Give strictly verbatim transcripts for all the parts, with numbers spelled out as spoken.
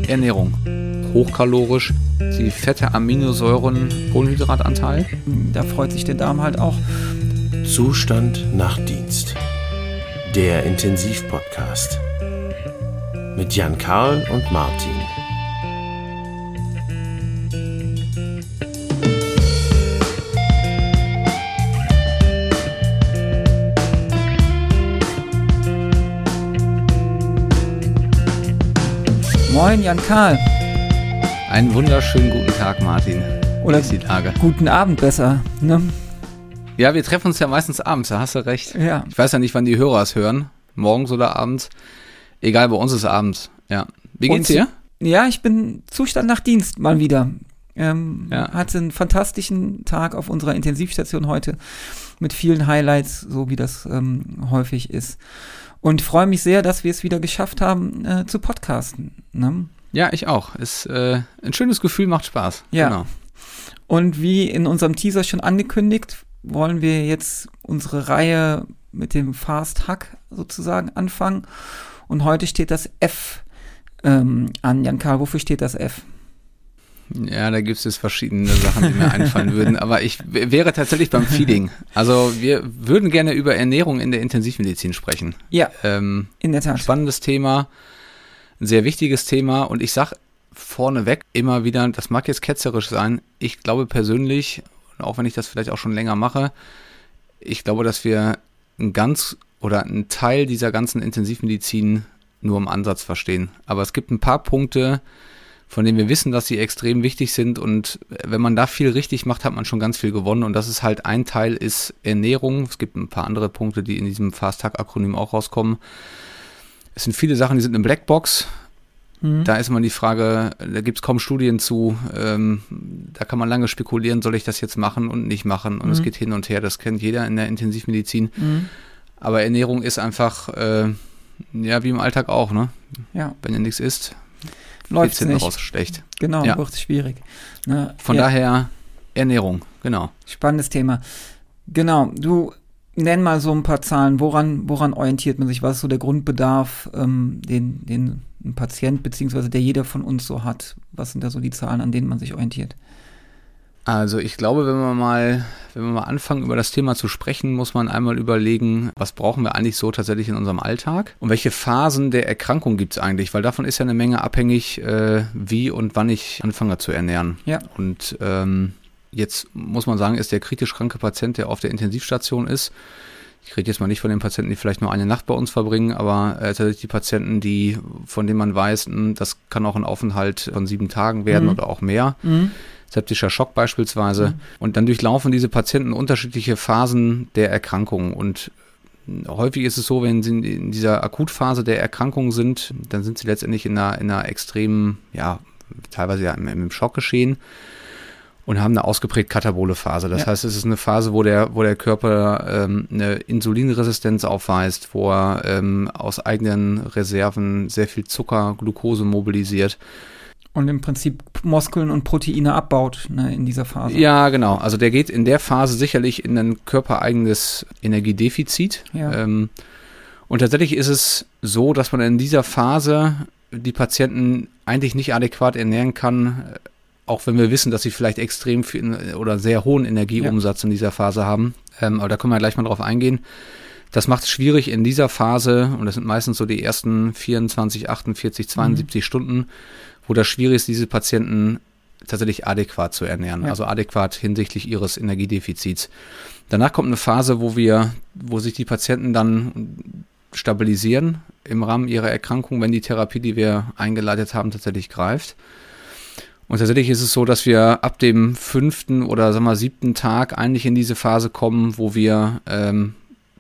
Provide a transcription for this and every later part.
Ernährung. Hochkalorisch, die Fette, Aminosäuren, Kohlenhydratanteil. Da freut sich der Darm halt auch. Zustand nach Dienst. Der Intensivpodcast. Mit Jan Karl und Martin. Moin Jan Karl. Einen wunderschönen guten Tag, Martin. Oder Wie ist die Lage? Guten Abend besser, ne? Ja, wir treffen uns ja meistens abends, da hast du recht. Ja. Ich weiß ja nicht, wann die Hörer es hören. Morgens oder abends. Egal, bei uns ist abends. Ja. Wie geht's Und, dir? Ja, ich bin Zustand nach Dienst mal wieder. Ähm, Ja. Hatte einen fantastischen Tag auf unserer Intensivstation heute mit vielen Highlights, so wie das ähm, häufig ist. Und freue mich sehr, dass wir es wieder geschafft haben, äh, zu podcasten. Ne? Ja, ich auch. Ist äh, ein schönes Gefühl, macht Spaß. Ja. Genau. Und wie in unserem Teaser schon angekündigt, wollen wir jetzt unsere Reihe mit dem Fast Hack sozusagen anfangen. Und heute steht das F ähm, an. Jan Karl, wofür steht das F? Ja, da gibt es verschiedene Sachen, die mir einfallen würden. Aber ich w- wäre tatsächlich beim Feeding. Also wir würden gerne über Ernährung in der Intensivmedizin sprechen. Ja, Ähm, in der Tat. spannendes Thema, ein sehr wichtiges Thema. Und ich sage vorneweg immer wieder, das mag jetzt ketzerisch sein, ich glaube persönlich, auch wenn ich das vielleicht auch schon länger mache, ich glaube, dass wir ein ganz oder einen Teil dieser ganzen Intensivmedizin nur im Ansatz verstehen. Aber es gibt ein paar Punkte, von denen wir wissen, dass sie extrem wichtig sind, und wenn man da viel richtig macht, hat man schon ganz viel gewonnen, und das ist halt ein Teil ist Ernährung. Es gibt ein paar andere Punkte, die in diesem Fast-Hack-Akronym auch rauskommen. Es sind viele Sachen, die sind eine Blackbox. Mhm. Da ist immer die Frage, da gibt es kaum Studien zu, ähm, da kann man lange spekulieren, soll ich das jetzt machen und nicht machen, und Mhm. es geht hin und her, das kennt jeder in der Intensivmedizin. Mhm. Aber Ernährung ist einfach, äh, ja, wie im Alltag auch, ne? Ja, Wenn ihr nichts isst, läuft geht's hinten nicht. raus schlecht. Genau, Ja. wird schwierig. Ne? Von ja, daher Ernährung, genau. spannendes Thema. Genau, du nenn mal so ein paar Zahlen. Woran, woran orientiert man sich? Was ist so der Grundbedarf, ähm, den, den ein Patient beziehungsweise der jeder von uns so hat? Was sind da so die Zahlen, an denen man sich orientiert? Also ich glaube, wenn wir mal, wenn wir mal anfangen, über das Thema zu sprechen, muss man einmal überlegen, was brauchen wir eigentlich so tatsächlich in unserem Alltag und welche Phasen der Erkrankung gibt es eigentlich, weil davon ist ja eine Menge abhängig, äh, wie und wann ich anfange zu ernähren. Ja. Und ähm, jetzt muss man sagen, ist der kritisch kranke Patient, der auf der Intensivstation ist, ich rede jetzt mal nicht von den Patienten, die vielleicht nur eine Nacht bei uns verbringen, aber äh, tatsächlich die Patienten, die, von denen man weiß, mh, das kann auch ein Aufenthalt von sieben Tagen werden Mhm. oder auch mehr. Mhm. Septischer Schock beispielsweise. Mhm. Und dann durchlaufen diese Patienten unterschiedliche Phasen der Erkrankung. Und häufig ist es so, wenn sie in dieser Akutphase der Erkrankung sind, dann sind sie letztendlich in einer, in einer extremen, ja, teilweise ja im, im Schockgeschehen und haben eine ausgeprägt katabole Phase. Das Ja. heißt, es ist eine Phase, wo der, wo der Körper ähm, eine Insulinresistenz aufweist, wo er ähm, aus eigenen Reserven sehr viel Zucker, Glucose mobilisiert. Und im Prinzip Muskeln und Proteine abbaut, ne, in dieser Phase. Ja, genau. Also der geht in der Phase sicherlich in ein körpereigenes Energiedefizit. Ja. Ähm, und tatsächlich ist es so, dass man in dieser Phase die Patienten eigentlich nicht adäquat ernähren kann, äh, auch wenn wir wissen, dass sie vielleicht extrem viel oder sehr hohen Energieumsatz in dieser Phase haben. Ähm, aber da können wir gleich mal drauf eingehen. Das macht es schwierig in dieser Phase, und das sind meistens so die ersten vierundzwanzig, achtundvierzig, zweiundsiebzig mhm. Stunden, wo das schwierig ist, diese Patienten tatsächlich adäquat zu ernähren, Ja. also adäquat hinsichtlich ihres Energiedefizits. Danach kommt eine Phase, wo wir, wo sich die Patienten dann stabilisieren im Rahmen ihrer Erkrankung, wenn die Therapie, die wir eingeleitet haben, tatsächlich greift. Und tatsächlich ist es so, dass wir ab dem fünften oder sagen wir siebten Tag eigentlich in diese Phase kommen, wo wir ähm,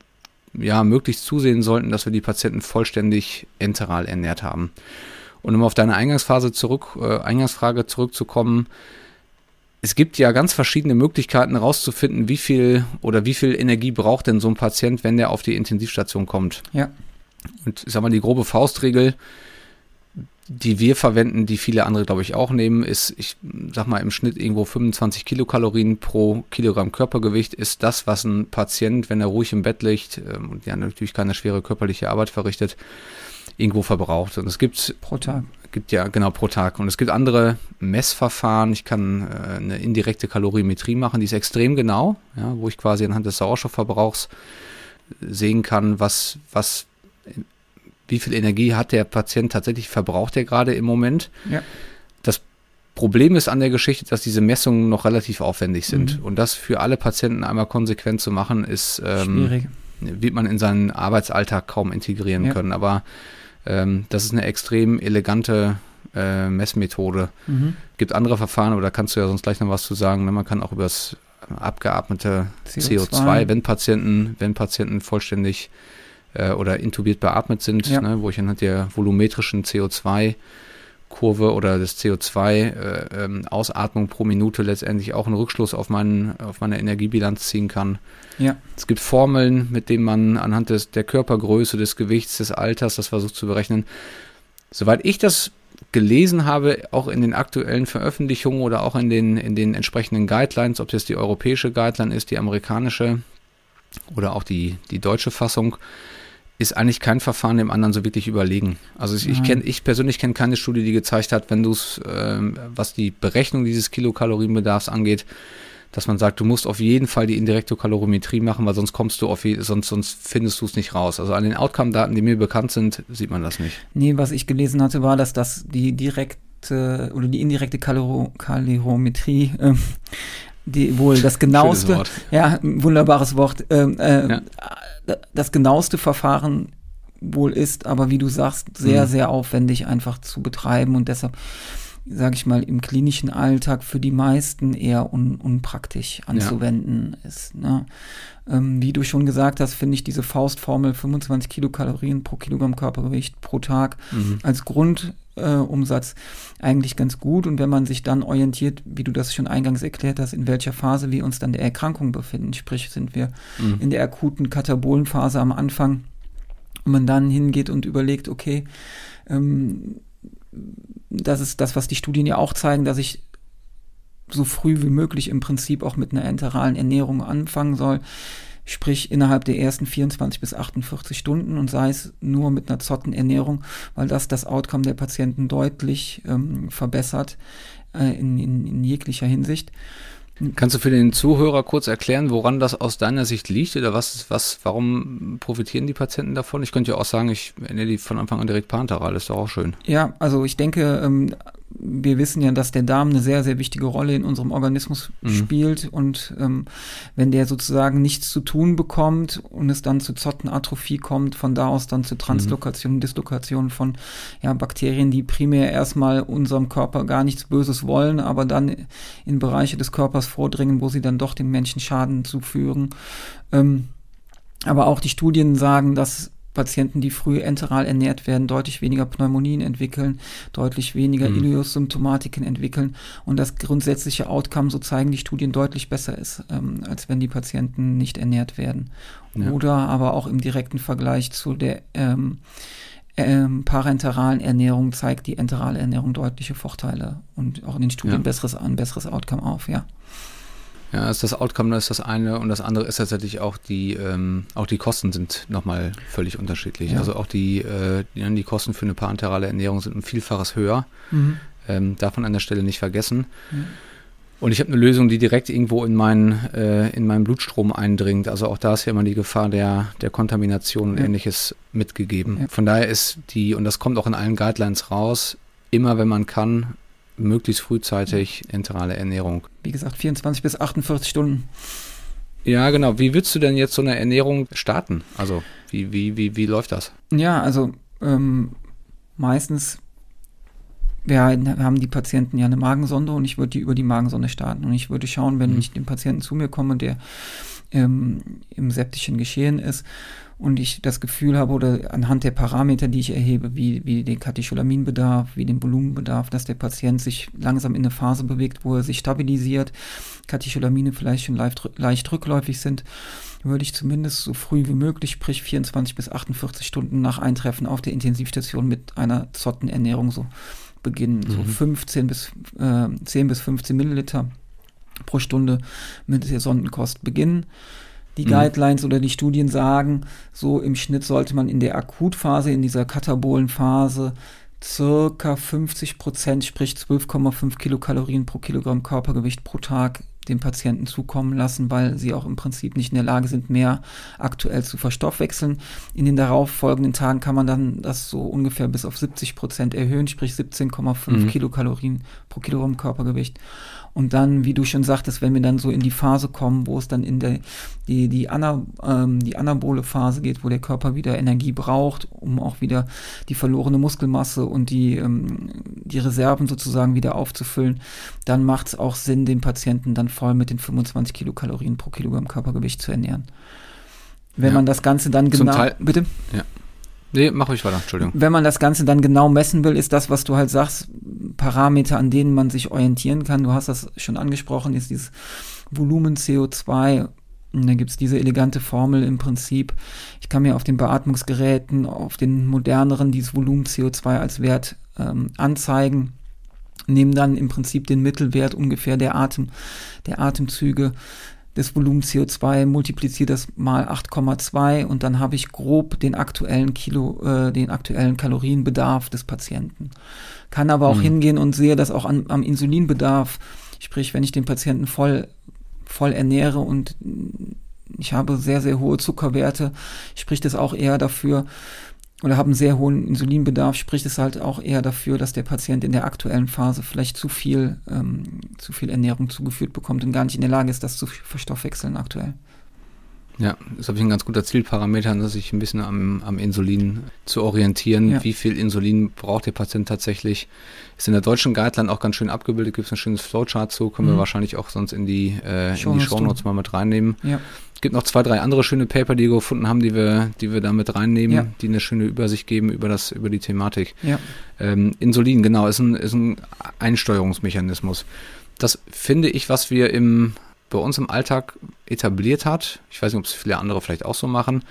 ja möglichst zusehen sollten, dass wir die Patienten vollständig enteral ernährt haben. Und um auf deine Eingangsphase zurück, äh, Eingangsfrage zurückzukommen, es gibt ja ganz verschiedene Möglichkeiten herauszufinden, wie viel oder wie viel Energie braucht denn so ein Patient, wenn der auf die Intensivstation kommt. Ja. Und ich sag mal, die grobe Faustregel, die wir verwenden, die viele andere, glaube ich, auch nehmen, ist, ich sag mal, im Schnitt irgendwo fünfundzwanzig Kilokalorien pro Kilogramm Körpergewicht ist das, was ein Patient, wenn er ruhig im Bett liegt ähm, und ja natürlich keine schwere körperliche Arbeit verrichtet, irgendwo verbraucht. Und es gibt Pro Tag. gibt ja, genau, pro Tag. Und es gibt andere Messverfahren. Ich kann äh, eine indirekte Kalorimetrie machen, die ist extrem genau, ja, wo ich quasi anhand des Sauerstoffverbrauchs sehen kann, was, was, wie viel Energie hat der Patient tatsächlich verbraucht er gerade im Moment. Ja. Das Problem ist an der Geschichte, dass diese Messungen noch relativ aufwendig sind. Mhm. Und das für alle Patienten einmal konsequent zu machen, ist ähm, schwierig. Wird man in seinen Arbeitsalltag kaum integrieren ja. können. Aber ähm, das ist eine extrem elegante äh, Messmethode. Mhm. Gibt andere Verfahren, aber da kannst du ja sonst gleich noch was zu sagen. Ne? Man kann auch über das abgeatmete C O zwei, C O zwei wenn Patienten, wenn Patienten vollständig äh, oder intubiert beatmet sind, ja. ne? Wo ich anhand der volumetrischen C O zwei Kurve oder des C O zwei äh, ähm, Ausatmung pro Minute letztendlich auch einen Rückschluss auf, meinen, auf meine Energiebilanz ziehen kann. Ja. Es gibt Formeln, mit denen man anhand des, der Körpergröße, des Gewichts, des Alters das versucht zu berechnen. Soweit ich das gelesen habe, auch in den aktuellen Veröffentlichungen oder auch in den, in den entsprechenden Guidelines, ob das die europäische Guideline ist, die amerikanische oder auch die, die deutsche Fassung, ist eigentlich kein Verfahren dem anderen so wirklich überlegen. Also ich, ich, kenn, ich persönlich kenne keine Studie, die gezeigt hat, wenn du es, ähm, was die Berechnung dieses Kilokalorienbedarfs angeht, dass man sagt, du musst auf jeden Fall die indirekte Kalorimetrie machen, weil sonst kommst du auf je, sonst, sonst findest du es nicht raus. Also an den Outcome-Daten, die mir bekannt sind, sieht man das nicht. Nee, was ich gelesen hatte, war, dass das die direkte oder die indirekte Kalor- Kalorimetrie ähm, die wohl das genaueste, Wort. ja, ein wunderbares Wort, ähm, äh, ja. das genaueste Verfahren wohl ist, aber wie du sagst, sehr, mhm. sehr aufwendig einfach zu betreiben und deshalb, sage ich mal, im klinischen Alltag für die meisten eher un, unpraktisch anzuwenden ja. ist. Ne? Ähm, wie du schon gesagt hast, finde ich diese Faustformel fünfundzwanzig Kilokalorien pro Kilogramm Körpergewicht pro Tag mhm. als Grundumsatz äh, eigentlich ganz gut. Und wenn man sich dann orientiert, wie du das schon eingangs erklärt hast, in welcher Phase wir uns dann der Erkrankung befinden, sprich sind wir mhm. in der akuten Katabolenphase am Anfang und man dann hingeht und überlegt, okay, ähm, das ist das, was die Studien ja auch zeigen, dass ich so früh wie möglich im Prinzip auch mit einer enteralen Ernährung anfangen soll, sprich innerhalb der ersten vierundzwanzig bis achtundvierzig Stunden und sei es nur mit einer Zottenernährung, weil das das Outcome der Patienten deutlich ähm, verbessert äh, in, in, in jeglicher Hinsicht. Kannst du für den Zuhörer kurz erklären, woran das aus deiner Sicht liegt oder was, was, warum profitieren die Patienten davon? Ich könnte ja auch sagen, ich ernähre die von Anfang an direkt parenteral, ist doch auch schön. Ja, also ich denke, ähm, wir wissen ja, dass der Darm eine sehr, sehr wichtige Rolle in unserem Organismus mhm. spielt und ähm, wenn der sozusagen nichts zu tun bekommt und es dann zu Zottenatrophie kommt, von da aus dann zu Translokation, mhm. Dislokation von ja, Bakterien, die primär erstmal unserem Körper gar nichts Böses wollen, aber dann in Bereiche des Körpers vordringen, wo sie dann doch den Menschen Schaden zufügen. Ähm, aber auch die Studien sagen, dass Patienten, die früh enteral ernährt werden, deutlich weniger Pneumonien entwickeln, deutlich weniger mhm. Ileus-Symptomatiken entwickeln und das grundsätzliche Outcome, so zeigen die Studien, deutlich besser ist, ähm, als wenn die Patienten nicht ernährt werden. Ja. Oder aber auch im direkten Vergleich zu der ähm, ähm, parenteralen Ernährung zeigt die enterale Ernährung deutliche Vorteile und auch in den Studien ja. besseres, ein besseres Outcome auf, ja. Ja, ist das Outcome, das ist das eine und das andere ist tatsächlich auch die, ähm, auch die Kosten sind nochmal völlig unterschiedlich. Ja. Also auch die, äh, die, die Kosten für eine parenterale Ernährung sind ein Vielfaches höher. Mhm. Ähm, darf man an der Stelle nicht vergessen. Mhm. Und ich habe eine Lösung, die direkt irgendwo in meinen, äh, in meinen Blutstrom eindringt. Also auch da ist ja immer die Gefahr der, der Kontamination und ja. Ähnliches mitgegeben. Ja. Von daher ist die, und das kommt auch in allen Guidelines raus, immer wenn man kann, möglichst frühzeitig enterale Ernährung. Wie gesagt, vierundzwanzig bis achtundvierzig Stunden. Ja, genau. Wie würdest du denn jetzt so eine Ernährung starten? Also, wie, wie, wie, wie läuft das? Ja, also ähm, meistens, wir haben die Patienten ja eine Magensonde und ich würde die über die Magensonde starten. Und ich würde schauen, wenn mhm. ich den Patienten zu mir komme, der ähm, im septischen Geschehen ist und ich das Gefühl habe oder anhand der Parameter, die ich erhebe, wie, wie den Katecholaminbedarf, wie den Volumenbedarf, dass der Patient sich langsam in eine Phase bewegt, wo er sich stabilisiert, Katecholamine vielleicht schon leicht, leicht rückläufig sind, würde ich zumindest so früh wie möglich, sprich vierundzwanzig bis achtundvierzig Stunden nach Eintreffen auf der Intensivstation mit einer Zottenernährung so beginnen, mhm. so fünfzehn bis äh, zehn bis fünfzehn Milliliter pro Stunde mit der Sondenkost beginnen. Die mhm. Guidelines oder die Studien sagen, so im Schnitt sollte man in der Akutphase, in dieser Katabolenphase circa fünfzig Prozent, sprich zwölf Komma fünf Kilokalorien pro Kilogramm Körpergewicht pro Tag dem Patienten zukommen lassen, weil sie auch im Prinzip nicht in der Lage sind, mehr aktuell zu verstoffwechseln. In den darauffolgenden Tagen kann man dann das so ungefähr bis auf siebzig Prozent erhöhen, sprich siebzehn Komma fünf mhm. Kilokalorien pro Kilogramm Körpergewicht. Und dann, wie du schon sagtest, wenn wir dann so in die Phase kommen, wo es dann in der die die, Ana, ähm, die anabole Phase geht, wo der Körper wieder Energie braucht, um auch wieder die verlorene Muskelmasse und die ähm, die Reserven sozusagen wieder aufzufüllen, dann macht es auch Sinn, den Patienten dann voll mit den fünfundzwanzig Kilokalorien pro Kilogramm Körpergewicht zu ernähren. Wenn ja. man das Ganze dann genau... Teil, bitte? Ja. Nee, mach ruhig weiter, Entschuldigung. Wenn man das Ganze dann genau messen will, ist das, was du halt sagst, Parameter, an denen man sich orientieren kann. Du hast das schon angesprochen, ist dieses Volumen C O zwei. Und dann gibt es diese elegante Formel im Prinzip. Ich kann mir auf den Beatmungsgeräten, auf den moderneren, dieses Volumen C O zwei als Wert ähm, anzeigen. Nehme dann im Prinzip den Mittelwert ungefähr der Atem, der Atemzüge des Volumen C O zwei, multipliziere das mal acht Komma zwei und dann habe ich grob den aktuellen Kilo, äh, den aktuellen Kalorienbedarf des Patienten. Kann aber auch mhm. hingehen und sehe das auch an, am Insulinbedarf. Sprich, wenn ich den Patienten voll, voll ernähre und ich habe sehr, sehr hohe Zuckerwerte, spricht es auch eher dafür, oder haben einen sehr hohen Insulinbedarf, spricht es halt auch eher dafür, dass der Patient in der aktuellen Phase vielleicht zu viel, ähm, zu viel Ernährung zugeführt bekommt und gar nicht in der Lage ist, das zu verstoffwechseln aktuell. Ja, das habe ich ein ganz guter Zielparameter, sich ein bisschen am, am Insulin zu orientieren. Ja. Wie viel Insulin braucht der Patient tatsächlich? Ist in der deutschen Guideline auch ganz schön abgebildet, gibt es ein schönes Flowchart zu, können mhm. wir wahrscheinlich auch sonst in die, äh, in die Shownotes mal mit reinnehmen. Ja. Es gibt noch zwei, drei andere schöne Paper, die wir gefunden haben, die wir, die wir da mit reinnehmen, ja. die eine schöne Übersicht geben über das, über die Thematik. Ja. Ähm, Insulin, genau, ist ein, ist ein Einsteuerungsmechanismus. Das finde ich, was wir im, bei uns im Alltag etabliert hat. Ich weiß nicht, ob es viele andere vielleicht auch so machen.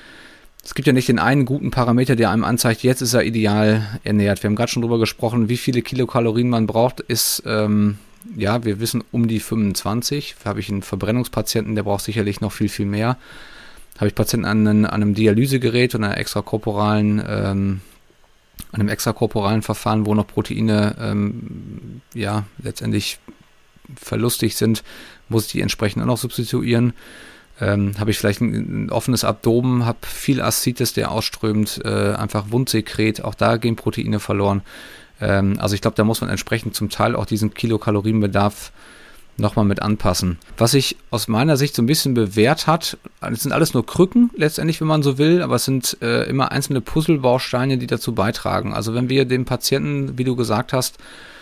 Es gibt ja nicht den einen guten Parameter, der einem anzeigt, jetzt ist er ideal ernährt. Wir haben gerade schon drüber gesprochen, wie viele Kilokalorien man braucht, ist... Ähm, ja, wir wissen um die fünfundzwanzig. Habe ich einen Verbrennungspatienten, der braucht sicherlich noch viel, viel mehr. Habe ich Patienten an, an einem Dialysegerät und einer extrakorporalen, ähm, einem extrakorporalen Verfahren, wo noch Proteine ähm, ja letztendlich verlustig sind, muss ich die entsprechend auch noch substituieren. Ähm, habe ich vielleicht ein, ein offenes Abdomen, habe viel Aszites, der ausströmt, äh, einfach Wundsekret, auch da gehen Proteine verloren. Also ich glaube, da muss man entsprechend zum Teil auch diesen Kilokalorienbedarf nochmal mit anpassen. Was sich aus meiner Sicht so ein bisschen bewährt hat, es sind alles nur Krücken letztendlich, wenn man so will, aber es sind äh, immer einzelne Puzzlebausteine, die dazu beitragen. Also wenn wir den Patienten, wie du gesagt hast,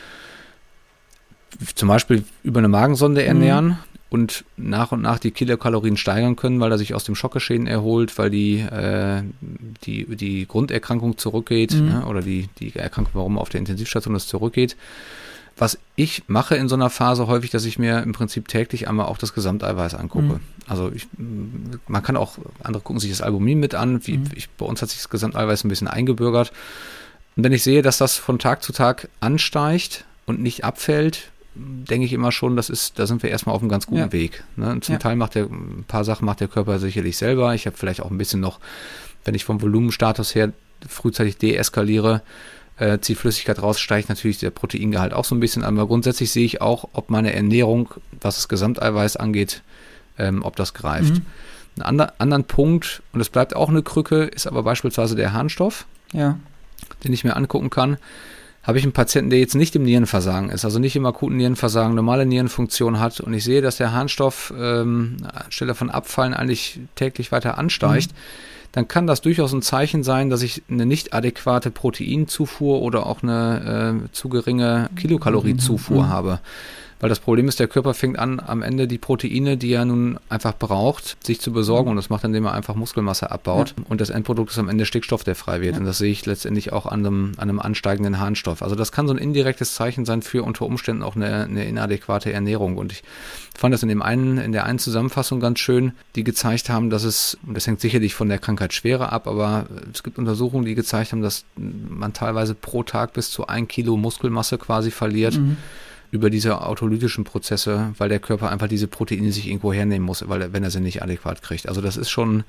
zum Beispiel über eine Magensonde ernähren, mhm. und nach und nach die Kilokalorien steigern können, weil er sich aus dem Schockgeschehen erholt, weil die, äh, die, die Grunderkrankung zurückgeht, mhm. ne, oder die, die Erkrankung, warum auf der Intensivstation es zurückgeht. Was ich mache in so einer Phase häufig, dass ich mir im Prinzip täglich einmal auch das Gesamteiweiß angucke. Mhm. Also ich, man kann auch, andere gucken sich das Albumin mit an, wie, mhm. ich, bei uns hat sich das Gesamteiweiß ein bisschen eingebürgert. Und wenn ich sehe, dass das von Tag zu Tag ansteigt und nicht abfällt, denke ich immer schon, das ist, da sind wir erstmal auf einem ganz guten ja. Weg. Ne? Und zum ja. Teil macht der, ein paar Sachen macht der Körper sicherlich selber. Ich habe vielleicht auch ein bisschen noch, wenn ich vom Volumenstatus her frühzeitig deeskaliere, äh, ziehe Flüssigkeit raus, steigt natürlich der Proteingehalt auch so ein bisschen an. Aber grundsätzlich sehe ich auch, ob meine Ernährung, was das Gesamteiweiß angeht, ähm, ob das greift. Mhm. Ein ander, anderen Punkt, und es bleibt auch eine Krücke, ist aber beispielsweise der Harnstoff, ja. den ich mir angucken kann. Habe ich einen Patienten, der jetzt nicht im Nierenversagen ist, also nicht im akuten Nierenversagen, normale Nierenfunktion hat, und ich sehe, dass der Harnstoff ähm, anstelle von Abfallen eigentlich täglich weiter ansteigt, mhm. dann kann das durchaus ein Zeichen sein, dass ich eine nicht adäquate Proteinzufuhr oder auch eine äh, zu geringe Kilokaloriezufuhr mhm. habe. Weil das Problem ist, der Körper fängt an, am Ende die Proteine, die er nun einfach braucht, sich zu besorgen. Und das macht dann, indem er einfach Muskelmasse abbaut. Ja. Und das Endprodukt ist am Ende Stickstoff, der frei wird. Ja. Und das sehe ich letztendlich auch an einem, an einem ansteigenden Harnstoff. Also das kann so ein indirektes Zeichen sein für unter Umständen auch eine, eine inadäquate Ernährung. Und ich fand das in dem einen, in der einen Zusammenfassung ganz schön, die gezeigt haben, dass es, und das hängt sicherlich von der Krankheitsschwere ab, aber es gibt Untersuchungen, die gezeigt haben, dass man teilweise pro Tag bis zu ein Kilo Muskelmasse quasi verliert. Mhm. über diese autolytischen Prozesse, weil der Körper einfach diese Proteine sich irgendwo hernehmen muss, weil er, wenn er sie nicht adäquat kriegt. Also das ist schon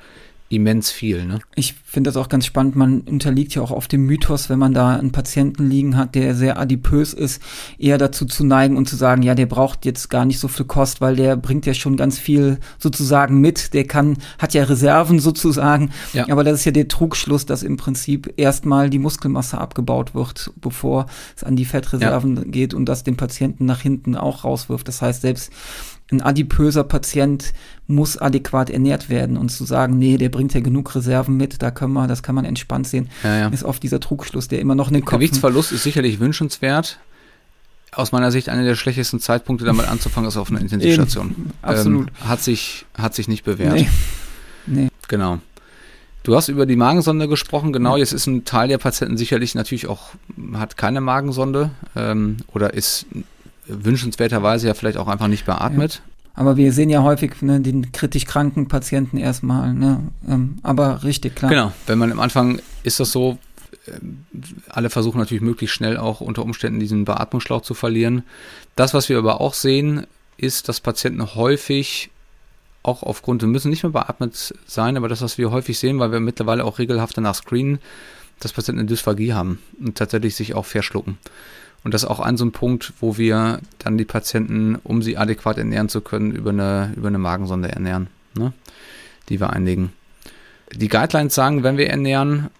immens viel, ne? Ich finde das auch ganz spannend. Man unterliegt ja auch auf dem Mythos, wenn man da einen Patienten liegen hat, der sehr adipös ist, eher dazu zu neigen und zu sagen, ja, der braucht jetzt gar nicht so viel Kost, weil der bringt ja schon ganz viel sozusagen mit. Der kann, hat ja Reserven sozusagen. Ja. Aber das ist ja der Trugschluss, dass im Prinzip erstmal die Muskelmasse abgebaut wird, bevor es an die Fettreserven ja. geht und das den Patienten nach hinten auch rauswirft. Das heißt, selbst ein adipöser Patient muss adäquat ernährt werden, und zu sagen, nee, der bringt ja genug Reserven mit, da können wir, das kann man entspannt sehen, ja, ja. ist oft dieser Trugschluss, der immer noch in den Kopf... Gewichtsverlust ist sicherlich wünschenswert. Aus meiner Sicht einer der schlechtesten Zeitpunkte, damit anzufangen, ist auf einer Intensivstation. Eben, absolut. Ähm, hat sich, hat sich nicht bewährt. Nee. nee. Genau. Du hast über die Magensonde gesprochen, genau, jetzt ist ein Teil der Patienten sicherlich natürlich auch, hat keine Magensonde ähm, oder ist wünschenswerterweise ja vielleicht auch einfach nicht beatmet. Ja. Aber wir sehen ja häufig ne, den kritisch kranken Patienten erstmal, ne? Ähm, aber richtig, klar. Genau, wenn man am Anfang ist das so, äh, alle versuchen natürlich möglichst schnell auch unter Umständen diesen Beatmungsschlauch zu verlieren. Das, was wir aber auch sehen, ist, dass Patienten häufig auch aufgrund, wir müssen nicht mehr beatmet sein, aber das, was wir häufig sehen, weil wir mittlerweile auch regelhaft danach screenen, dass Patienten eine Dysphagie haben und tatsächlich sich auch verschlucken. Und das ist auch ein so ein Punkt, wo wir dann die Patienten, um sie adäquat ernähren zu können, über eine, über eine Magensonde ernähren, ne? Die wir einlegen. Die Guidelines sagen, wenn wir ernähren,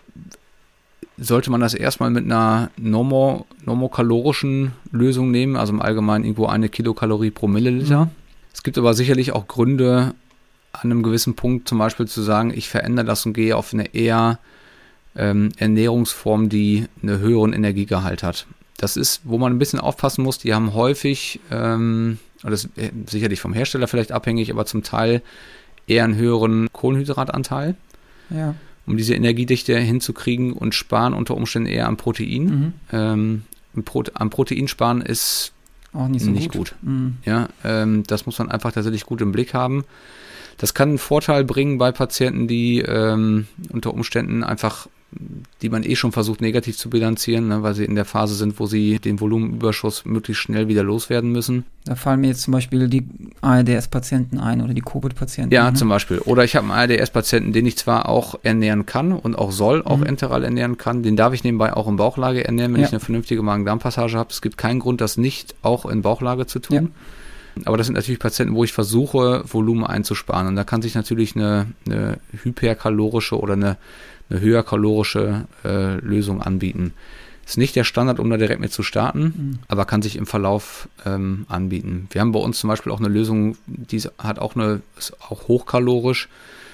sollte man das erstmal mit einer normo, normokalorischen Lösung nehmen, also im Allgemeinen irgendwo eine Kilokalorie pro Milliliter. Mhm. Es gibt aber sicherlich auch Gründe, an einem gewissen Punkt zum Beispiel zu sagen, ich verändere das und gehe auf eine eher ähm, Ernährungsform, die einen höheren Energiegehalt hat. Das ist, wo man ein bisschen aufpassen muss, die haben häufig, ähm, das ist sicherlich vom Hersteller vielleicht abhängig, aber zum Teil eher einen höheren Kohlenhydratanteil, ja. um diese Energiedichte hinzukriegen, und sparen unter Umständen eher am Protein. Mhm. Ähm, Prote- am Protein sparen ist auch nicht so nicht gut. gut. Mhm. Ja, ähm, das muss man einfach tatsächlich gut im Blick haben. Das kann einen Vorteil bringen bei Patienten, die ähm, unter Umständen einfach, die man eh schon versucht negativ zu bilanzieren, ne, weil sie in der Phase sind, wo sie den Volumenüberschuss möglichst schnell wieder loswerden müssen. Da fallen mir jetzt zum Beispiel die A R D S-Patienten ein oder die Covid-Patienten. Ja, ne? zum Beispiel. Oder ich habe einen A R D S-Patienten, den ich zwar auch ernähren kann und auch soll, auch mhm. enteral ernähren kann. Den darf ich nebenbei auch in Bauchlage ernähren, wenn ja. ich eine vernünftige Magen-Darm-Passage habe. Es gibt keinen Grund, das nicht auch in Bauchlage zu tun. Ja. Aber das sind natürlich Patienten, wo ich versuche, Volumen einzusparen. Und da kann sich natürlich eine, eine hyperkalorische oder eine, eine höherkalorische äh, Lösung anbieten. Ist nicht der Standard, um da direkt mit zu starten, mhm. aber kann sich im Verlauf ähm, anbieten. Wir haben bei uns zum Beispiel auch eine Lösung, die hat auch eine, ist auch hochkalorisch.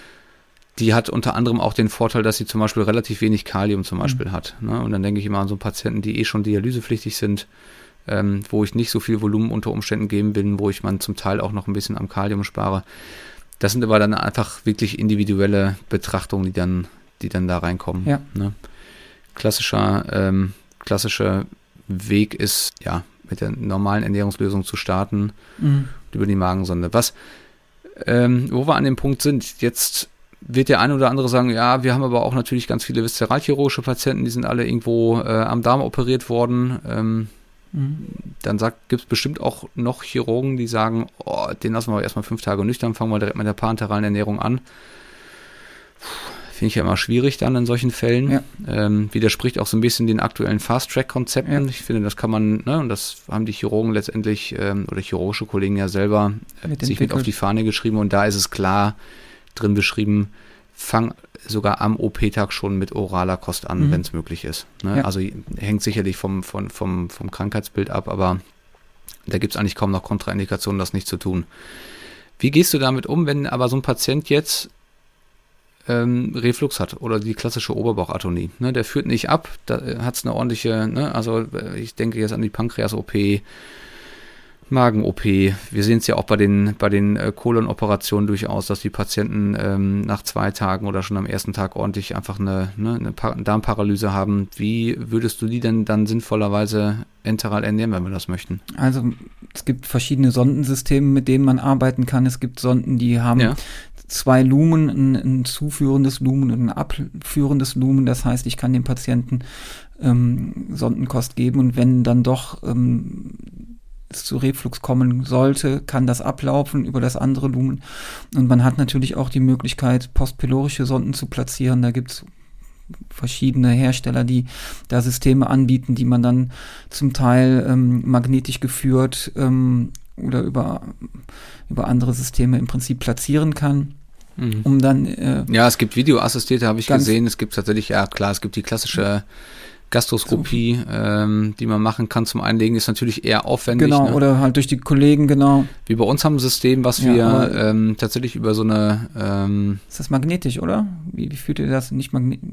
Die hat unter anderem auch den Vorteil, dass sie zum Beispiel relativ wenig Kalium zum Beispiel mhm. hat. Ne? Und dann denke ich immer an so Patienten, die eh schon dialysepflichtig sind, ähm, wo ich nicht so viel Volumen unter Umständen geben will, wo ich man zum Teil auch noch ein bisschen am Kalium spare. Das sind aber dann einfach wirklich individuelle Betrachtungen, die dann, die dann da reinkommen. Ja. Ne? Klassischer, ähm, klassischer Weg ist, ja, mit der normalen Ernährungslösung zu starten, mhm. über die Magensonde. Was, ähm, wo wir an dem Punkt sind, jetzt wird der eine oder andere sagen, ja, wir haben aber auch natürlich ganz viele viszeralchirurgische Patienten, die sind alle irgendwo äh, am Darm operiert worden. Ähm, mhm. Dann gibt es bestimmt auch noch Chirurgen, die sagen, oh, den lassen wir erstmal fünf Tage nüchtern, fangen wir direkt mit der parenteralen Ernährung an. Finde ich ja immer schwierig dann in solchen Fällen. Ja. Ähm, widerspricht auch so ein bisschen den aktuellen Fast-Track-Konzepten. Ja. Ich finde, das kann man, ne, und das haben die Chirurgen letztendlich ähm, oder chirurgische Kollegen ja selber äh, mit sich mit auf die Fahne geschrieben, und da ist es klar drin beschrieben, fang sogar am O P-Tag schon mit oraler Kost an, mhm. wenn es möglich ist. Ne? Ja. Also hängt sicherlich vom, vom, vom, vom Krankheitsbild ab, aber da gibt es eigentlich kaum noch Kontraindikationen, das nicht zu tun. Wie gehst du damit um, wenn aber so ein Patient jetzt ähm, Reflux hat oder die klassische Oberbauchatonie? Ne? Der führt nicht ab, da hat es eine ordentliche, ne? Also ich denke jetzt an die Pankreas-O P, Magen-O P. Wir sehen es ja auch bei den, bei den äh, Kolon-Operationen durchaus, dass die Patienten ähm, nach zwei Tagen oder schon am ersten Tag ordentlich einfach eine, ne, eine pa- Darmparalyse haben. Wie würdest du die denn dann sinnvollerweise enteral ernähren, wenn wir das möchten? Also es gibt verschiedene Sondensysteme, mit denen man arbeiten kann. Es gibt Sonden, die haben ja. zwei Lumen, ein, ein zuführendes Lumen und ein abführendes Lumen. Das heißt, ich kann dem Patienten ähm, Sondenkost geben, und wenn dann doch ähm, es zu Reflux kommen sollte, kann das ablaufen über das andere Lumen. Und man hat natürlich auch die Möglichkeit, postpylorische Sonden zu platzieren. Da gibt es verschiedene Hersteller, die da Systeme anbieten, die man dann zum Teil ähm, magnetisch geführt ähm, oder über, über andere Systeme im Prinzip platzieren kann. Mhm. Um dann äh, ja, es gibt Videoassistierte, habe ich gesehen. Es gibt tatsächlich, ja klar, es gibt die klassische Gastroskopie, so. ähm, die man machen kann zum Einlegen, ist natürlich eher aufwendig. Genau, ne? Oder halt durch die Kollegen, genau. Wir bei uns haben ein System, was ja, wir ähm, tatsächlich über so eine ähm, ist das magnetisch, oder? Wie, wie fühlt ihr das? Nicht magnetisch?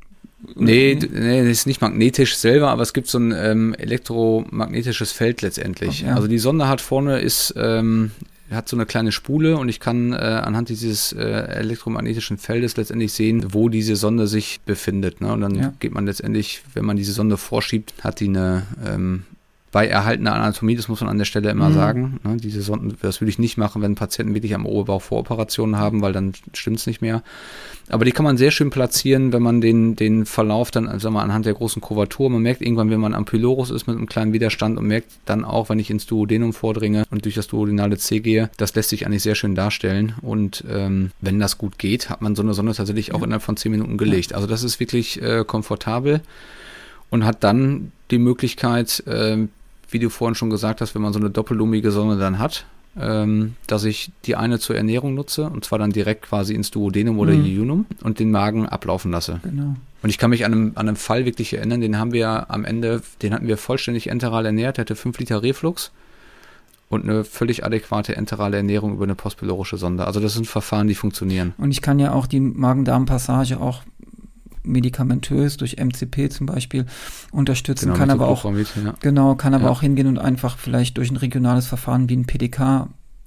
Nee, nee, das ist nicht magnetisch selber, aber es gibt so ein ähm, elektromagnetisches Feld letztendlich. Okay, ja. Also die Sonde hat vorne ist, ähm, hat so eine kleine Spule und ich kann äh, anhand dieses äh, elektromagnetischen Feldes letztendlich sehen, wo diese Sonde sich befindet. Ne? Und dann ja. geht man letztendlich, wenn man diese Sonde vorschiebt, hat die eine ähm, bei erhaltener Anatomie, das muss man an der Stelle immer mhm. sagen. Ne? Diese Sonden, das würde ich nicht machen, wenn Patienten wirklich am Oberbauch Voroperationen haben, weil dann stimmt es nicht mehr. Aber die kann man sehr schön platzieren, wenn man den, den Verlauf dann, also sagen wir, anhand der großen Kurvatur, man merkt irgendwann, wenn man am Pylorus ist mit einem kleinen Widerstand und merkt dann auch, wenn ich ins Duodenum vordringe und durch das duodenale C gehe, das lässt sich eigentlich sehr schön darstellen. Und ähm, wenn das gut geht, hat man so eine Sonde tatsächlich auch ja. innerhalb von zehn Minuten gelegt. Also das ist wirklich äh, komfortabel und hat dann die Möglichkeit, äh, wie du vorhin schon gesagt hast, wenn man so eine doppellumige Sonde dann hat, ähm, dass ich die eine zur Ernährung nutze und zwar dann direkt quasi ins Duodenum oder Mhm. Jejunum und den Magen ablaufen lasse. Genau. Und ich kann mich an einem, an einem Fall wirklich erinnern, den haben wir am Ende, den hatten wir vollständig enteral ernährt, der hatte fünf Liter Reflux und eine völlig adäquate enterale Ernährung über eine postpylorische Sonde. Also das sind Verfahren, die funktionieren. Und ich kann ja auch die Magen-Darm-Passage auch medikamentös durch M C P zum Beispiel unterstützen, Genau, kann aber auch Methylcopramid, ja. genau, kann aber Ja. auch hingehen und einfach vielleicht durch ein regionales Verfahren wie ein P D K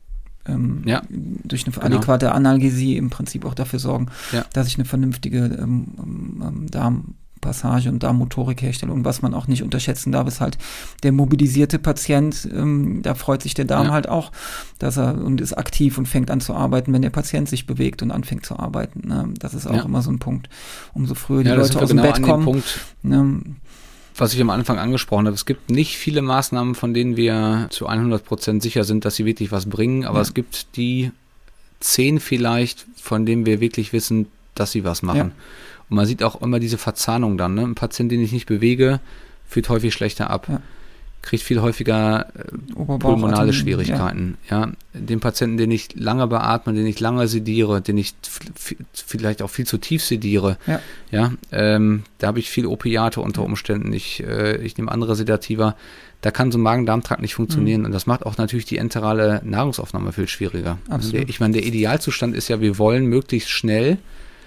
ähm, Ja. durch eine Genau. adäquate Analgesie im Prinzip auch dafür sorgen, Ja. dass ich eine vernünftige ähm, ähm, Darmpassage und Darmmotorik herstelle. Und was man auch nicht unterschätzen darf, ist halt der mobilisierte Patient, ähm, da freut sich der Darm Ja. halt auch, dass er und ist aktiv und fängt an zu arbeiten, wenn der Patient sich bewegt und anfängt zu arbeiten. Ne? Das ist auch Ja. immer so ein Punkt. Umso früher die Ja, das Leute sind wir aus dem genau Bett an kommen. dem Punkt, Ne? was ich am Anfang angesprochen habe. Es gibt nicht viele Maßnahmen, von denen wir zu hundert Prozent sicher sind, dass sie wirklich was bringen, aber Ja. es gibt die zehn vielleicht, von denen wir wirklich wissen, dass sie was machen. Ja. Und man sieht auch immer diese Verzahnung dann. Ne? Ein Patient, den ich nicht bewege, fühlt häufig schlechter ab. Ja. Kriegt viel häufiger äh, Oberbauch, pulmonale Atem- Schwierigkeiten. Ja. Den Patienten, den ich lange beatme, den ich lange sediere, den ich f- f- vielleicht auch viel zu tief sediere, Ja. ja, ähm, da habe ich viel Opiate unter Umständen. Ich, äh, ich nehme andere Sedativa. Da kann so ein Magen-Darm-Trakt nicht funktionieren. Mhm. Und das macht auch natürlich die enterale Nahrungsaufnahme viel schwieriger. Absolut. Der, ich meine, der Idealzustand ist ja, wir wollen möglichst schnell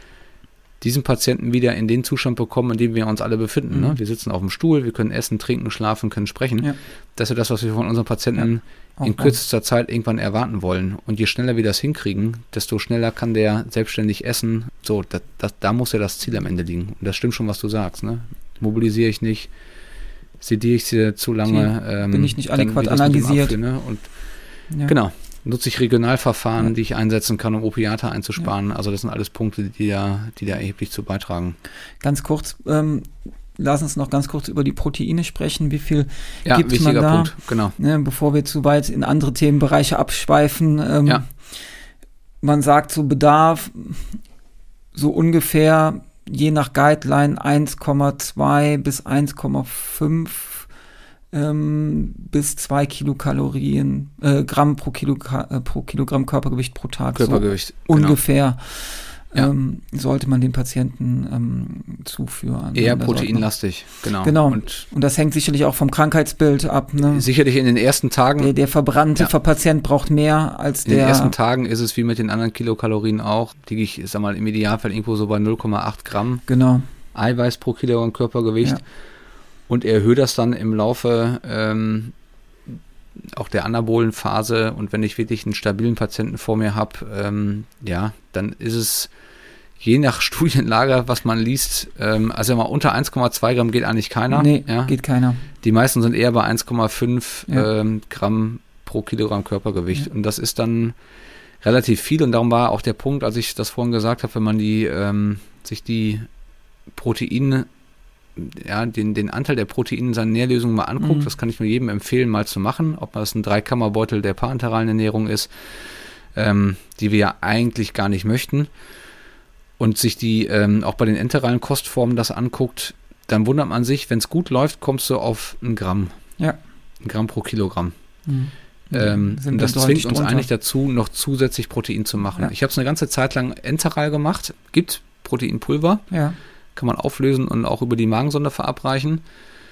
diesen Patienten wieder in den Zustand bekommen, in dem wir uns alle befinden. Mhm. Ne? Wir sitzen auf dem Stuhl, wir können essen, trinken, schlafen, können sprechen. Ja. Das ist ja das, was wir von unseren Patienten Auch in kürzester Zeit irgendwann erwarten wollen. Und je schneller wir das hinkriegen, desto schneller kann der selbstständig essen. So, das, das, da muss ja das Ziel am Ende liegen. Und das stimmt schon, was du sagst. Ne? Mobilisiere ich nicht, sediere ich sie zu lange. Ähm, Bin ich nicht dann adäquat wie das mit dem analysiert. Apfel, ne? Und Ja. genau. Nutze ich Regionalverfahren, Ja. die ich einsetzen kann, um Opiate einzusparen. Also das sind alles Punkte, die da, die da erheblich zu beitragen. Ganz kurz, ähm, lass uns noch ganz kurz über die Proteine sprechen. Wie viel Ja, gibt man wichtiger da? Punkt, genau. Ne, bevor wir zu weit in andere Themenbereiche abschweifen. Ähm, Ja. Man sagt so Bedarf so ungefähr je nach Guideline eins Komma zwei bis eins Komma fünf ähm, bis zwei Kilokalorien, äh, Gramm pro, Kilo, äh, pro Kilogramm Körpergewicht pro Tag. Körpergewicht, So genau. ungefähr Ja. ähm, sollte man den Patienten ähm, zuführen. Eher Da sollte man- proteinlastig, genau. Genau. Und Und das hängt sicherlich auch vom Krankheitsbild ab. Ne? sicherlich in den ersten Tagen, Der, der verbrannte Ja. Patient braucht mehr als in den der. ersten Tagen ist es wie mit den anderen Kilokalorien auch, liege ich, sag mal, im Idealfall irgendwo so bei null Komma acht Gramm Genau. Eiweiß pro Kilogramm Körpergewicht. Ja. Und erhöhe das dann im Laufe ähm, auch der anabolen Phase. Und wenn ich wirklich einen stabilen Patienten vor mir habe, ähm, ja, dann ist es je nach Studienlage, was man liest, ähm, also mal unter eins Komma zwei Gramm geht eigentlich keiner. Nee, ja. geht keiner. Die meisten sind eher bei eins Komma fünf Ja. ähm, Gramm pro Kilogramm Körpergewicht. Ja. Und das ist dann relativ viel. Und darum war auch der Punkt, als ich das vorhin gesagt habe, wenn man die ähm, sich die Proteine ja, den, den Anteil der Proteine in seinen Nährlösungen mal anguckt, mhm. das kann ich nur jedem empfehlen, mal zu machen, ob das ein Dreikammerbeutel der parenteralen Ernährung ist, ähm, die wir ja eigentlich gar nicht möchten, und sich die ähm, auch bei den enteralen Kostformen das anguckt, dann wundert man sich, wenn es gut läuft, kommst du auf ein Gramm. Ja. Ein Gramm pro Kilogramm. Mhm. Ähm, und das zwingt uns drunter. eigentlich dazu, noch zusätzlich Protein zu machen. Ja. Ich habe es eine ganze Zeit lang enteral gemacht, gibt Proteinpulver, ja. kann man auflösen und auch über die Magensonde verabreichen.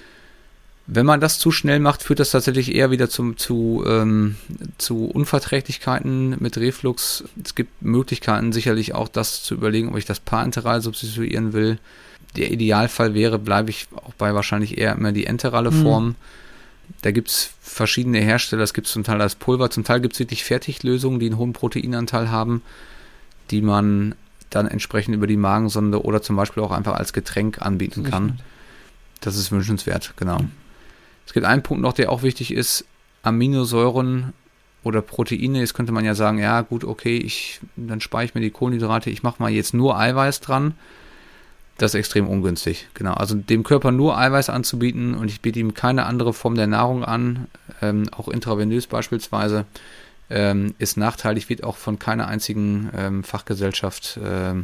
Wenn man das zu schnell macht, führt das tatsächlich eher wieder zum, zu, ähm, zu Unverträglichkeiten mit Reflux. Es gibt Möglichkeiten, sicherlich auch das zu überlegen, ob ich das parenteral substituieren will. Der Idealfall wäre, bleibe ich auch bei wahrscheinlich eher immer die enterale Form. Mhm. Da gibt es verschiedene Hersteller, es gibt zum Teil als Pulver, zum Teil gibt es wirklich Fertiglösungen, die einen hohen Proteinanteil haben, die man dann entsprechend über die Magensonde oder zum Beispiel auch einfach als Getränk anbieten kann. Das ist wünschenswert, genau. Mhm. Es gibt einen Punkt noch, der auch wichtig ist, Aminosäuren oder Proteine. Jetzt könnte man ja sagen, ja gut, okay, ich, dann spare ich mir die Kohlenhydrate, ich mache mal jetzt nur Eiweiß dran. Das ist extrem ungünstig, genau. Also dem Körper nur Eiweiß anzubieten und ich biete ihm keine andere Form der Nahrung an, ähm, auch intravenös beispielsweise, ähm, ist nachteilig, wird auch von keiner einzigen ähm, Fachgesellschaft ähm,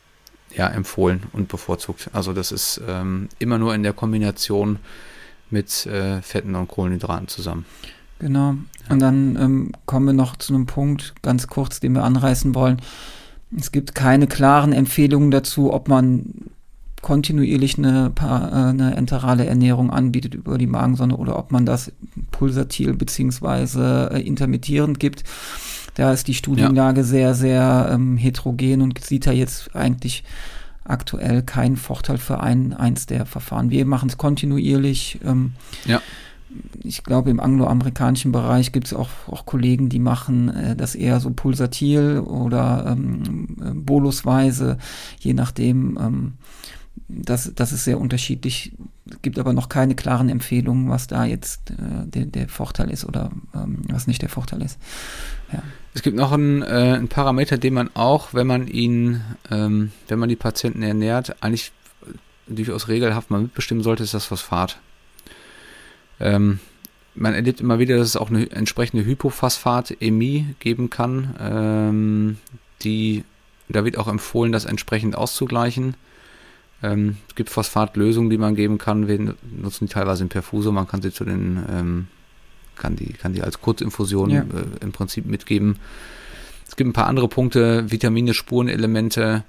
ja, empfohlen und bevorzugt. Also das ist ähm, immer nur in der Kombination mit äh, Fetten und Kohlenhydraten zusammen. Genau. Und dann ähm, kommen wir noch zu einem Punkt, ganz kurz, den wir anreißen wollen. Es gibt keine klaren Empfehlungen dazu, ob man kontinuierlich eine, eine enterale Ernährung anbietet über die Magensonde oder ob man das pulsatil beziehungsweise äh, intermittierend gibt. Da ist die Studienlage ja. sehr, sehr ähm, heterogen und sieht da jetzt eigentlich aktuell keinen Vorteil für ein, eins der Verfahren. Wir machen es kontinuierlich. Ähm, ja. Ich glaube, im angloamerikanischen Bereich gibt es auch, auch Kollegen, die machen äh, das eher so pulsatil oder ähm, äh, bolusweise, je nachdem. Ähm, das, das ist sehr unterschiedlich. Es gibt aber noch keine klaren Empfehlungen, was da jetzt äh, der, der Vorteil ist oder ähm, was nicht der Vorteil ist. Ja. Es gibt noch einen, äh, einen Parameter, den man auch, wenn man ihn, ähm, wenn man die Patienten ernährt, eigentlich durchaus regelhaft mal mitbestimmen sollte, ist das Phosphat. Ähm, man erlebt immer wieder, dass es auch eine entsprechende Hypophosphatämie geben kann. Ähm, die, da wird auch empfohlen, das entsprechend auszugleichen. Ähm, es gibt Phosphatlösungen, die man geben kann. Wir nutzen die teilweise in Perfuso. Man kann sie zu den, ähm, kann die, kann die als Kurzinfusion ja. äh, im Prinzip mitgeben. Es gibt ein paar andere Punkte, Vitamine, Spurenelemente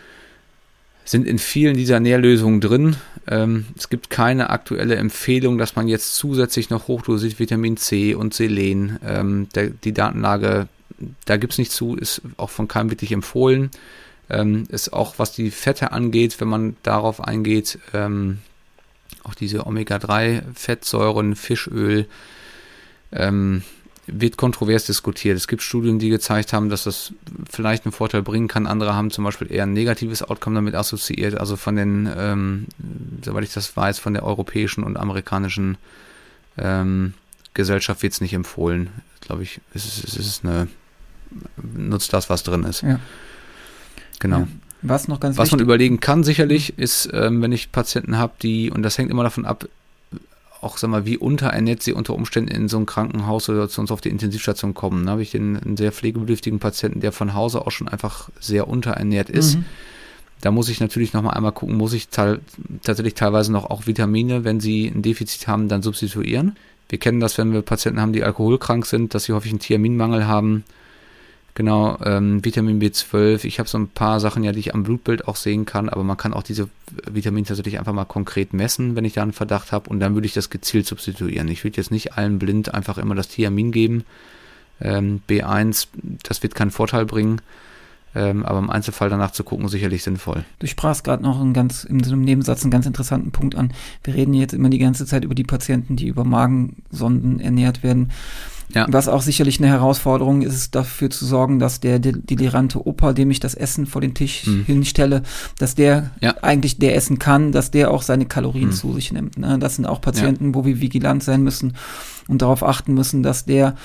sind in vielen dieser Nährlösungen drin. Ähm, es gibt keine aktuelle Empfehlung, dass man jetzt zusätzlich noch hochdosiert Vitamin C und Selen. Ähm, der, die Datenlage, da gibt es nicht zu, ist auch von keinem wirklich empfohlen. Ähm, ist auch, was die Fette angeht, wenn man darauf eingeht, ähm, auch diese Omega drei Fettsäuren, Fischöl, ähm, wird kontrovers diskutiert. Es gibt Studien, die gezeigt haben, dass das vielleicht einen Vorteil bringen kann. Andere haben zum Beispiel eher ein negatives Outcome damit assoziiert. Also von den, ähm, soweit ich das weiß, von der europäischen und amerikanischen ähm, Gesellschaft wird es nicht empfohlen. Glaube ich, es ist, es ist eine, nutzt das, was drin ist. Ja. Genau. Ja. Was noch ganz Was wichtig, man überlegen kann sicherlich, ist, ähm, wenn ich Patienten habe, die, und das hängt immer davon ab, auch, sag mal, wie unterernährt sie unter Umständen in so ein Krankenhaus oder zu uns auf die Intensivstation kommen. Da habe ich den, einen sehr pflegebedürftigen Patienten, der von Hause aus schon einfach sehr unterernährt ist. Mhm. Da muss ich natürlich nochmal einmal gucken, muss ich te- tatsächlich teilweise noch auch Vitamine, wenn sie ein Defizit haben, dann substituieren. Wir kennen das, wenn wir Patienten haben, die alkoholkrank sind, dass sie häufig einen Thiaminmangel haben. Genau, ähm, Vitamin B zwölf. Ich habe so ein paar Sachen ja, die ich am Blutbild auch sehen kann, aber man kann auch diese Vitamine tatsächlich einfach mal konkret messen, wenn ich da einen Verdacht habe, und dann würde ich das gezielt substituieren. Ich würde jetzt nicht allen blind einfach immer das Thiamin geben. Ähm, B eins, das wird keinen Vorteil bringen, ähm, aber im Einzelfall danach zu gucken, sicherlich sinnvoll. Du sprachst gerade noch einen ganz, in so einem Nebensatz einen ganz interessanten Punkt an. Wir reden jetzt immer die ganze Zeit über die Patienten, die über Magensonden ernährt werden. Ja. Was auch sicherlich eine Herausforderung ist, ist dafür zu sorgen, dass der delirante Opa, dem ich das Essen vor den Tisch mhm. hinstelle, dass der ja. eigentlich der essen kann, dass der auch seine Kalorien mhm. zu sich nimmt. Ne? Das sind auch Patienten, ja. wo wir vigilant sein müssen und darauf achten müssen, dass der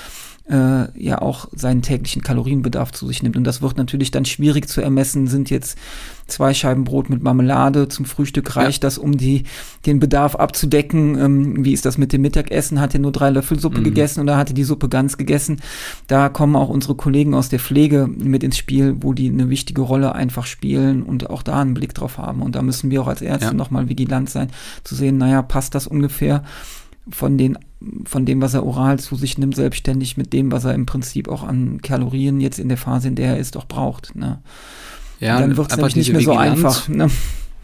äh, ja auch seinen täglichen Kalorienbedarf zu sich nimmt. Und das wird natürlich dann schwierig zu ermessen. Sind jetzt zwei Scheiben Brot mit Marmelade zum Frühstück, reicht ja. das, um die den Bedarf abzudecken? Ähm, wie ist das mit dem Mittagessen? Hat er nur drei Löffel Suppe mhm. gegessen oder hat er die Suppe ganz gegessen? Da kommen auch unsere Kollegen aus der Pflege mit ins Spiel, wo die eine wichtige Rolle einfach spielen und auch da einen Blick drauf haben. Und da müssen wir auch als Ärzte ja. nochmal vigilant sein, zu sehen, naja, passt das ungefähr von den von dem, was er oral zu sich nimmt, selbstständig mit dem, was er im Prinzip auch an Kalorien jetzt in der Phase, in der er ist, auch braucht. Ne? Ja, und dann wird es nämlich nicht mehr Vigilanz, so einfach. Ne?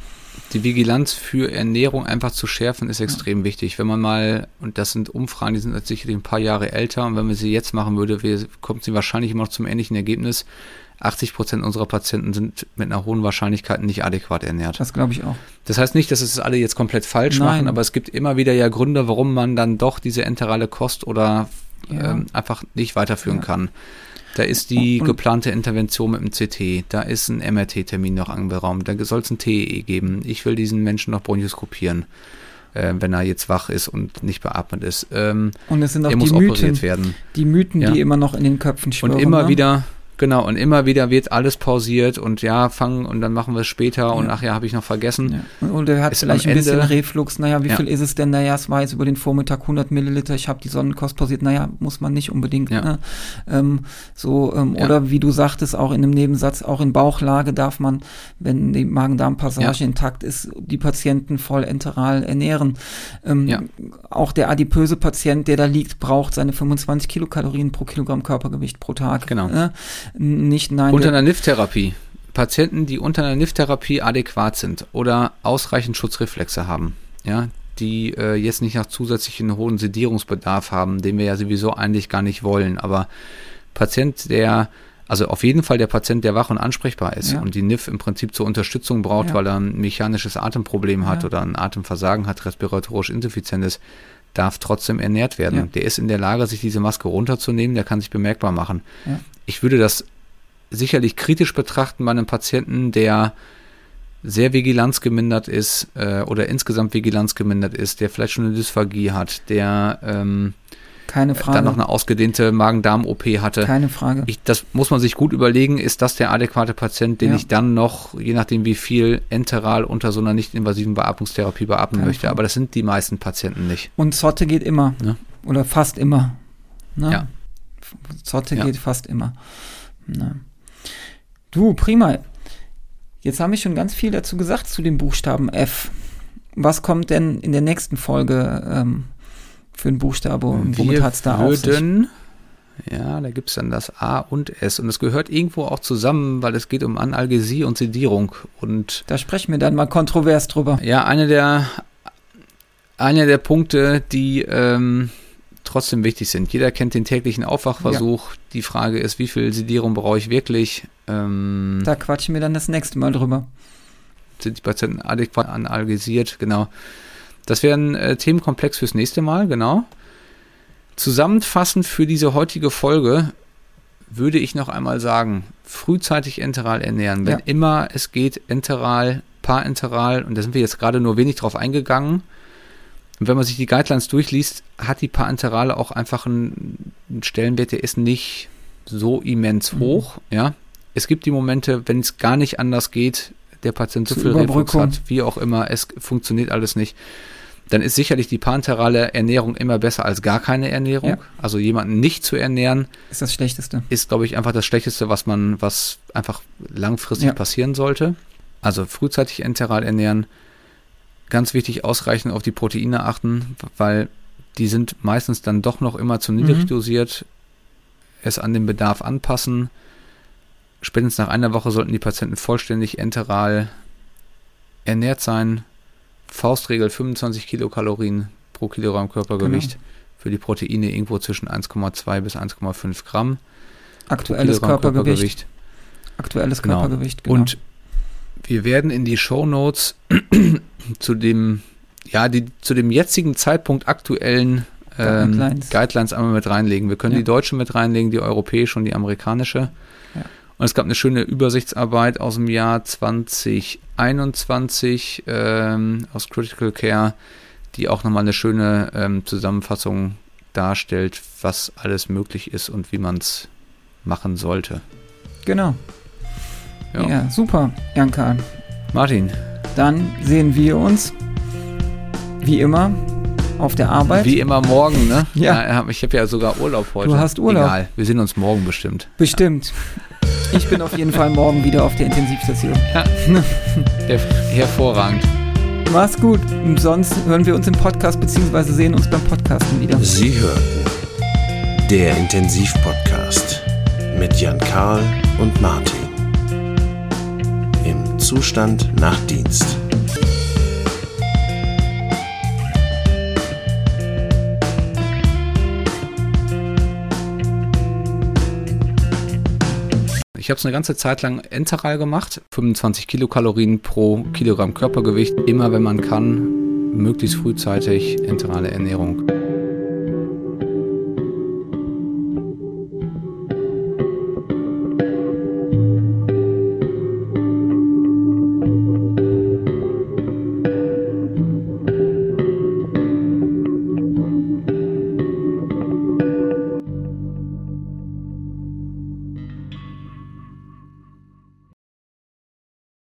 Die Vigilanz für Ernährung einfach zu schärfen, ist extrem ja. wichtig. Wenn man mal, und das sind Umfragen, die sind jetzt sicherlich ein paar Jahre älter, und wenn man sie jetzt machen würde, wir, kommt sie wahrscheinlich immer noch zum ähnlichen Ergebnis. achtzig Prozent unserer Patienten sind mit einer hohen Wahrscheinlichkeit nicht adäquat ernährt. Das glaube ich auch. Das heißt nicht, dass es alle jetzt komplett falsch Nein. machen, aber es gibt immer wieder ja Gründe, warum man dann doch diese enterale Kost oder ja. ähm, einfach nicht weiterführen ja. kann. Da ist die und, geplante Intervention mit dem C T, da ist ein M R T-Termin noch anberaumt, da soll es ein T E E geben. Ich will diesen Menschen noch bronchoskopieren, äh, wenn er jetzt wach ist und nicht beatmet ist. Ähm, und es sind auch er die muss Mythen, operiert werden. die Mythen, ja. die immer noch in den Köpfen schwirren. Und immer ne? wieder... Genau, und immer wieder wird alles pausiert und ja, fangen und dann machen wir es später ja. und ach ja, habe ich noch vergessen. Ja. Und er hat ist vielleicht ein bisschen Reflux, naja, wie ja. viel ist es denn? Naja, es war jetzt über den Vormittag hundert Milliliter, ich habe die Sonnenkost pausiert, naja, muss man nicht unbedingt. Ja. Ne? Ähm, so ähm, ja. Oder wie du sagtest, auch in einem Nebensatz, auch in Bauchlage darf man, wenn die Magen-Darm-Passage ja. intakt ist, die Patienten voll enteral ernähren. Ähm, ja. Auch der adipöse Patient, der da liegt, braucht seine fünfundzwanzig Kilokalorien pro Kilogramm Körpergewicht pro Tag. Genau. Äh, Nicht, nein, unter einer N I F-Therapie. Patienten, die unter einer N I F-Therapie adäquat sind oder ausreichend Schutzreflexe haben, ja, die äh, jetzt nicht noch zusätzlichen hohen Sedierungsbedarf haben, den wir ja sowieso eigentlich gar nicht wollen, aber Patient, der, also auf jeden Fall der Patient, der wach und ansprechbar ist ja. und die N I F im Prinzip zur Unterstützung braucht, ja. weil er ein mechanisches Atemproblem hat ja. oder ein Atemversagen hat, respiratorisch insuffizient ist, darf trotzdem ernährt werden. Ja. Der ist in der Lage, sich diese Maske runterzunehmen, der kann sich bemerkbar machen. Ja. Ich würde das sicherlich kritisch betrachten bei einem Patienten, der sehr vigilanzgemindert ist äh, oder insgesamt vigilanzgemindert ist, der vielleicht schon eine Dysphagie hat, der ähm, Keine Frage. dann noch eine ausgedehnte Magen-Darm-O P hatte. Keine Frage. Ich, das muss man sich gut überlegen, ist das der adäquate Patient, den ja. ich dann noch, je nachdem wie viel, enteral unter so einer nicht-invasiven Beatmungstherapie beatmen Keine möchte. Frage. Aber das sind die meisten Patienten nicht. Und Zotte geht immer. Ja. Oder fast immer. Ne? Ja. Zotte ja. geht fast immer. Ne? Du, prima. Jetzt haben wir schon ganz viel dazu gesagt zu dem Buchstaben F. Was kommt denn in der nächsten Folge ähm, für einen Buchstabe und womit hat es da auf sich? Ja, da gibt es dann das A und S und es gehört irgendwo auch zusammen, weil es geht um Analgesie und Sedierung. Und da sprechen wir dann mal kontrovers drüber. Ja, eine der, eine der Punkte, die ähm, trotzdem wichtig sind. Jeder kennt den täglichen Aufwachversuch. Ja. Die Frage ist, wie viel Sedierung brauche ich wirklich? Ähm, da quatschen wir dann das nächste Mal drüber. Sind die Patienten adäquat analgesiert? Genau. Das wäre ein äh, Themenkomplex fürs nächste Mal, genau. Zusammenfassend für diese heutige Folge würde ich noch einmal sagen, frühzeitig enteral ernähren. Wenn ja. immer es geht, enteral, parenteral, und da sind wir jetzt gerade nur wenig drauf eingegangen. Und wenn man sich die Guidelines durchliest, hat die Parenterale auch einfach einen, einen Stellenwert, der ist nicht so immens hoch. Mhm. Ja. Es gibt die Momente, wenn es gar nicht anders geht, der Patient so viel Reflux hat, wie auch immer, es funktioniert alles nicht, dann ist sicherlich die parenterale Ernährung immer besser als gar keine Ernährung. Ja. Also jemanden nicht zu ernähren, ist das Schlechteste. Ist, glaube ich, einfach das Schlechteste, was man, was einfach langfristig ja. passieren sollte. Also frühzeitig enteral ernähren. Ganz wichtig, ausreichend auf die Proteine achten, weil die sind meistens dann doch noch immer zu niedrig mhm. dosiert. Es an den Bedarf anpassen. Spätestens nach einer Woche sollten die Patienten vollständig enteral ernährt sein. Faustregel fünfundzwanzig Kilokalorien pro Kilogramm Körpergewicht. Genau. Für die Proteine irgendwo zwischen eins Komma zwei bis eins Komma fünf Gramm. Aktuelles Körpergewicht. Körpergewicht. Aktuelles genau. Körpergewicht, genau. Und wir werden in die Shownotes zu dem, ja, die, zu dem jetzigen Zeitpunkt aktuellen ähm, Guidelines. Guidelines einmal mit reinlegen. Wir können ja. die deutsche mit reinlegen, die europäische und die amerikanische. Ja. Und es gab eine schöne Übersichtsarbeit aus dem Jahr zwanzig einundzwanzig ähm, aus Critical Care, die auch nochmal eine schöne ähm, Zusammenfassung darstellt, was alles möglich ist und wie man es machen sollte. Genau. Ja, Ja, super, Jan-Karl. Martin. Dann sehen wir uns, wie immer, auf der Arbeit. Wie immer morgen, ne? Ja. ja ich habe ja sogar Urlaub heute. Du hast Urlaub. Egal, wir sehen uns morgen bestimmt. Bestimmt. Ich bin auf jeden Fall morgen wieder auf der Intensivstation. Ja. Her hervorragend. Mach's gut. Und sonst hören wir uns im Podcast beziehungsweise sehen uns beim Podcasten wieder. Sie hörten der Intensivpodcast mit Jan-Karl und Martin. Im Zustand nach Dienst. Ich habe es eine ganze Zeit lang enteral gemacht, fünfundzwanzig Kilokalorien pro Kilogramm Körpergewicht, immer wenn man kann, möglichst frühzeitig enterale Ernährung.